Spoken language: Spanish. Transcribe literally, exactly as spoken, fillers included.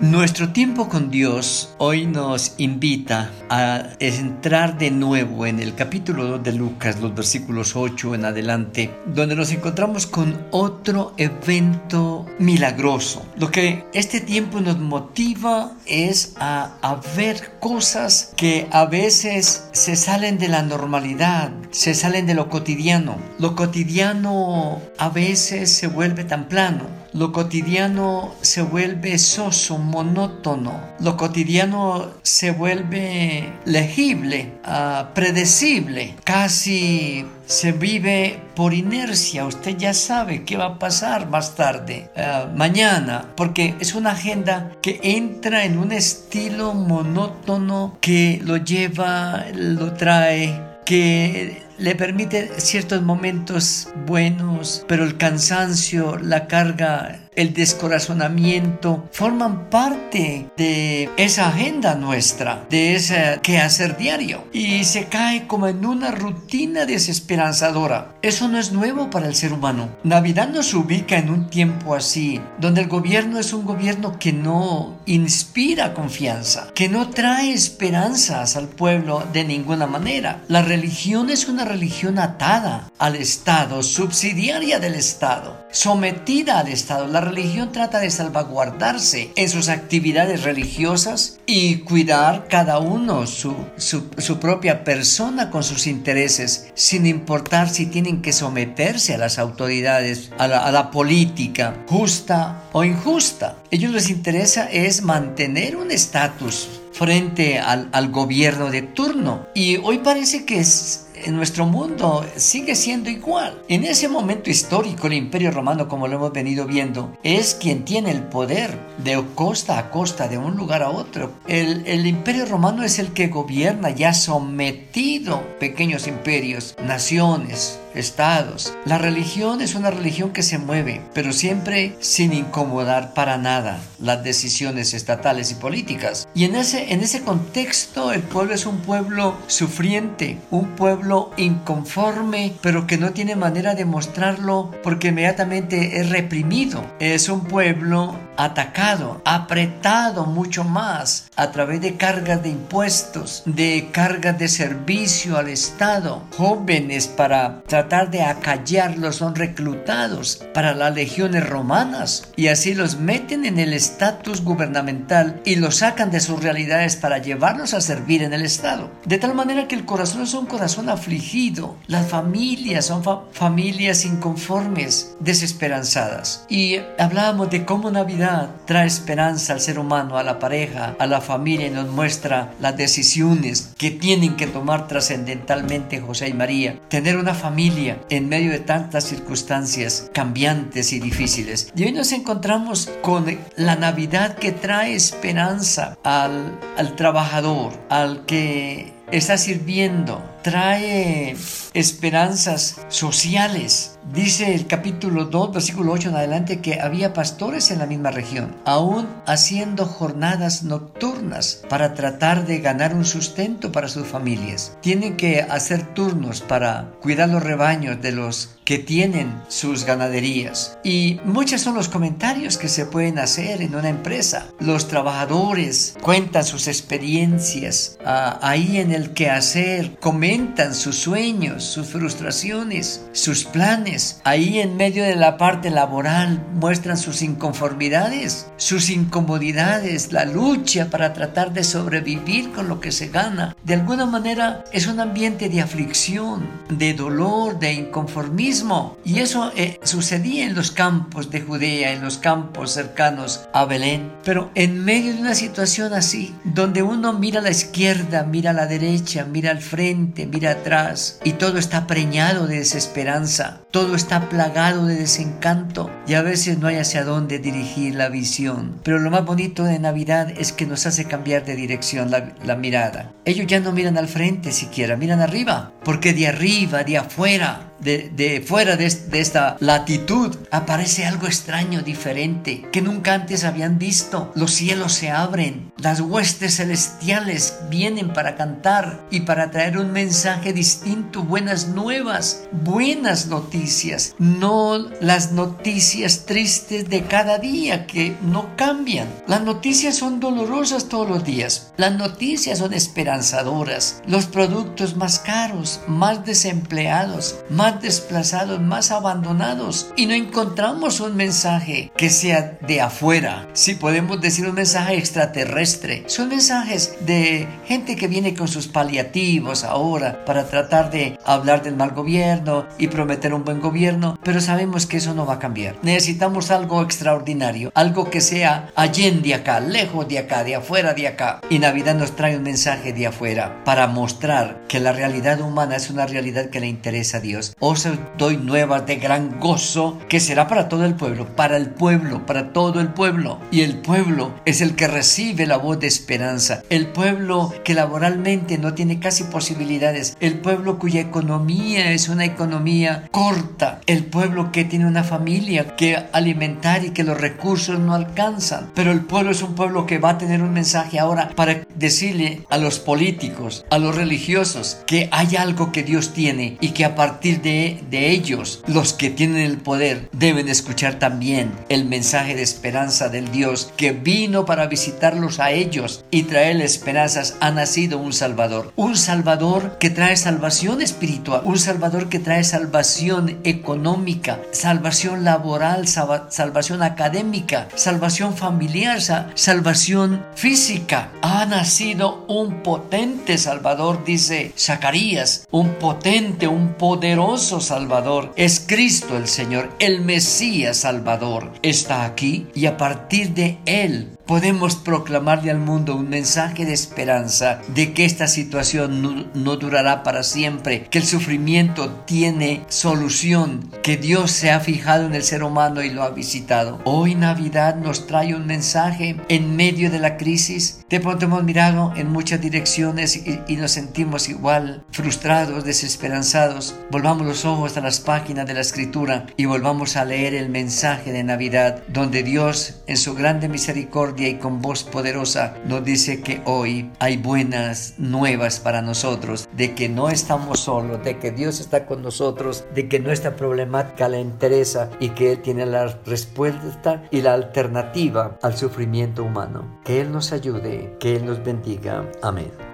Nuestro tiempo con Dios hoy nos invita a entrar de nuevo en el capítulo dos de Lucas, los versículos ocho en adelante, donde nos encontramos con otro evento milagroso. Lo que este tiempo nos motiva es a, a ver cosas que a veces se salen de la normalidad, se salen de lo cotidiano. Lo cotidiano a veces se vuelve tan plano. Lo cotidiano se vuelve soso, monótono. Lo cotidiano se vuelve legible, uh, predecible. Casi se vive por inercia. Usted ya sabe qué va a pasar más tarde, uh, mañana, porque es una agenda que entra en un estilo monótono que lo lleva, lo trae, que le permite ciertos momentos buenos, pero el cansancio, la carga, el descorazonamiento forman parte de esa agenda nuestra, de ese quehacer diario, y se cae como en una rutina desesperanzadora. Eso no es nuevo para el ser humano. Navidad nos ubica en un tiempo así, donde el gobierno es un gobierno que no inspira confianza, que no trae esperanzas al pueblo de ninguna manera. La religión es una religión atada al Estado, subsidiaria del Estado, sometida al Estado. La religión trata de salvaguardarse en sus actividades religiosas y cuidar cada uno su, su, su propia persona con sus intereses, sin importar si tienen que someterse a las autoridades, a la, a la política, justa o injusta. A ellos les interesa es mantener un estatus frente al, al gobierno de turno, y hoy parece que es en nuestro mundo sigue siendo igual. En ese momento histórico, el Imperio Romano, como lo hemos venido viendo, es quien tiene el poder de costa a costa, de un lugar a otro. El, el Imperio Romano es el que gobierna, ya sometido pequeños imperios, naciones, estados. La religión es una religión que se mueve, pero siempre sin incomodar para nada las decisiones estatales y políticas. Y en ese, en ese contexto, el pueblo es un pueblo sufriente, un pueblo inconforme, pero que no tiene manera de mostrarlo porque inmediatamente es reprimido. Es un pueblo atacado, apretado mucho más a través de cargas de impuestos, de cargas de servicio al Estado. Jóvenes, para tratar de acallarlos, son reclutados para las legiones romanas y así los meten en el estatus gubernamental y los sacan de sus realidades para llevarlos a servir en el Estado. De tal manera que el corazón es un corazón afligido. Las familias son fa- familias inconformes, desesperanzadas. Y hablábamos de cómo Navidad trae esperanza al ser humano, a la pareja, a la familia, y nos muestra las decisiones que tienen que tomar trascendentalmente José y María. Tener una familia en medio de tantas circunstancias cambiantes y difíciles. Y hoy nos encontramos con la Navidad que trae esperanza al, al trabajador, al que está sirviendo, trae esperanzas sociales. Dice el capítulo dos, versículo ocho en adelante, que había pastores en la misma región, aún haciendo jornadas nocturnas para tratar de ganar un sustento para sus familias. Tienen que hacer turnos para cuidar los rebaños de los que tienen sus ganaderías. Y muchos son los comentarios que se pueden hacer en una empresa. Los trabajadores cuentan sus experiencias uh, ahí en el quehacer, comentan sus sueños, sus frustraciones, sus planes. Ahí en medio de la parte laboral muestran sus inconformidades, sus incomodidades, la lucha para tratar de sobrevivir con lo que se gana. De alguna manera es un ambiente de aflicción, de dolor, de inconformismo. Y eso eh, sucedía en los campos de Judea, en los campos cercanos a Belén. Pero en medio de una situación así, donde uno mira a la izquierda, mira a la derecha, mira al frente, mira atrás, y todo está preñado de desesperanza, todo está plagado de desencanto, y a veces no hay hacia dónde dirigir la visión. Pero lo más bonito de Navidad es que nos hace cambiar de dirección la, la mirada. Ellos ya no miran al frente siquiera, miran arriba, porque de arriba, de afuera, de, de fuera de, de esta latitud, aparece algo extraño, diferente, que nunca antes habían visto. Los cielos se abren, las huestes celestiales vienen para cantar y para traer un mensaje distinto, buenas nuevas, buenas noticias, no las noticias tristes de cada día que no cambian. Las noticias son dolorosas todos los días, las noticias son esperanzadoras. Los productos más caros, más desempleados, más desplazados, más abandonados, y no encontramos un mensaje que sea de afuera, si podemos decir un mensaje extraterrestre. Son mensajes de gente que viene con sus paliativos ahora para tratar de hablar del mal gobierno y prometer un buen gobierno, pero sabemos que eso no va a cambiar. Necesitamos algo extraordinario, algo que sea allende acá, lejos de acá, de afuera de acá. Y Navidad nos trae un mensaje de afuera para mostrar que la realidad humana es una realidad que le interesa a Dios. Os doy nuevas de gran gozo, que será para todo el pueblo, para el pueblo, para todo el pueblo. Y el pueblo es el que recibe la voz de esperanza. El pueblo que laboralmente no tiene casi posibilidades. El pueblo cuya economía es una economía corta. El pueblo que tiene una familia que alimentar y que los recursos no alcanzan. Pero el pueblo es un pueblo que va a tener un mensaje ahora para decirle a los políticos, a los religiosos, que hay algo que Dios tiene y que a partir de, de ellos, los que tienen el poder, deben escuchar también el mensaje de esperanza del Dios que vino para visitarlos a ellos y traerles esperanzas. Ha nacido un Salvador, un Salvador que trae salvación espiritual, un Salvador que trae salvación económica, salvación laboral, salvación académica, salvación familiar, salvación física. Ha nacido un potente Salvador, dice Zacarías, un potente, un poderoso Salvador. Es Cristo el Señor, el Mesías Salvador. Está aquí y a partir de Él podemos proclamarle al mundo un mensaje de esperanza, de que esta situación no, no durará para siempre, que el sufrimiento tiene solución, que Dios se ha fijado en el ser humano y lo ha visitado. Hoy Navidad nos trae un mensaje en medio de la crisis. De pronto hemos mirado en muchas direcciones y, y nos sentimos igual, frustrados, desesperanzados. Volvamos los ojos a las páginas de la Escritura y volvamos a leer el mensaje de Navidad, donde Dios en su grande misericordia y con voz poderosa nos dice que hoy hay buenas nuevas para nosotros, de que no estamos solos, de que Dios está con nosotros, de que nuestra problemática le interesa y que Él tiene la respuesta y la alternativa al sufrimiento humano. Que Él nos ayude, que Él nos bendiga. Amén.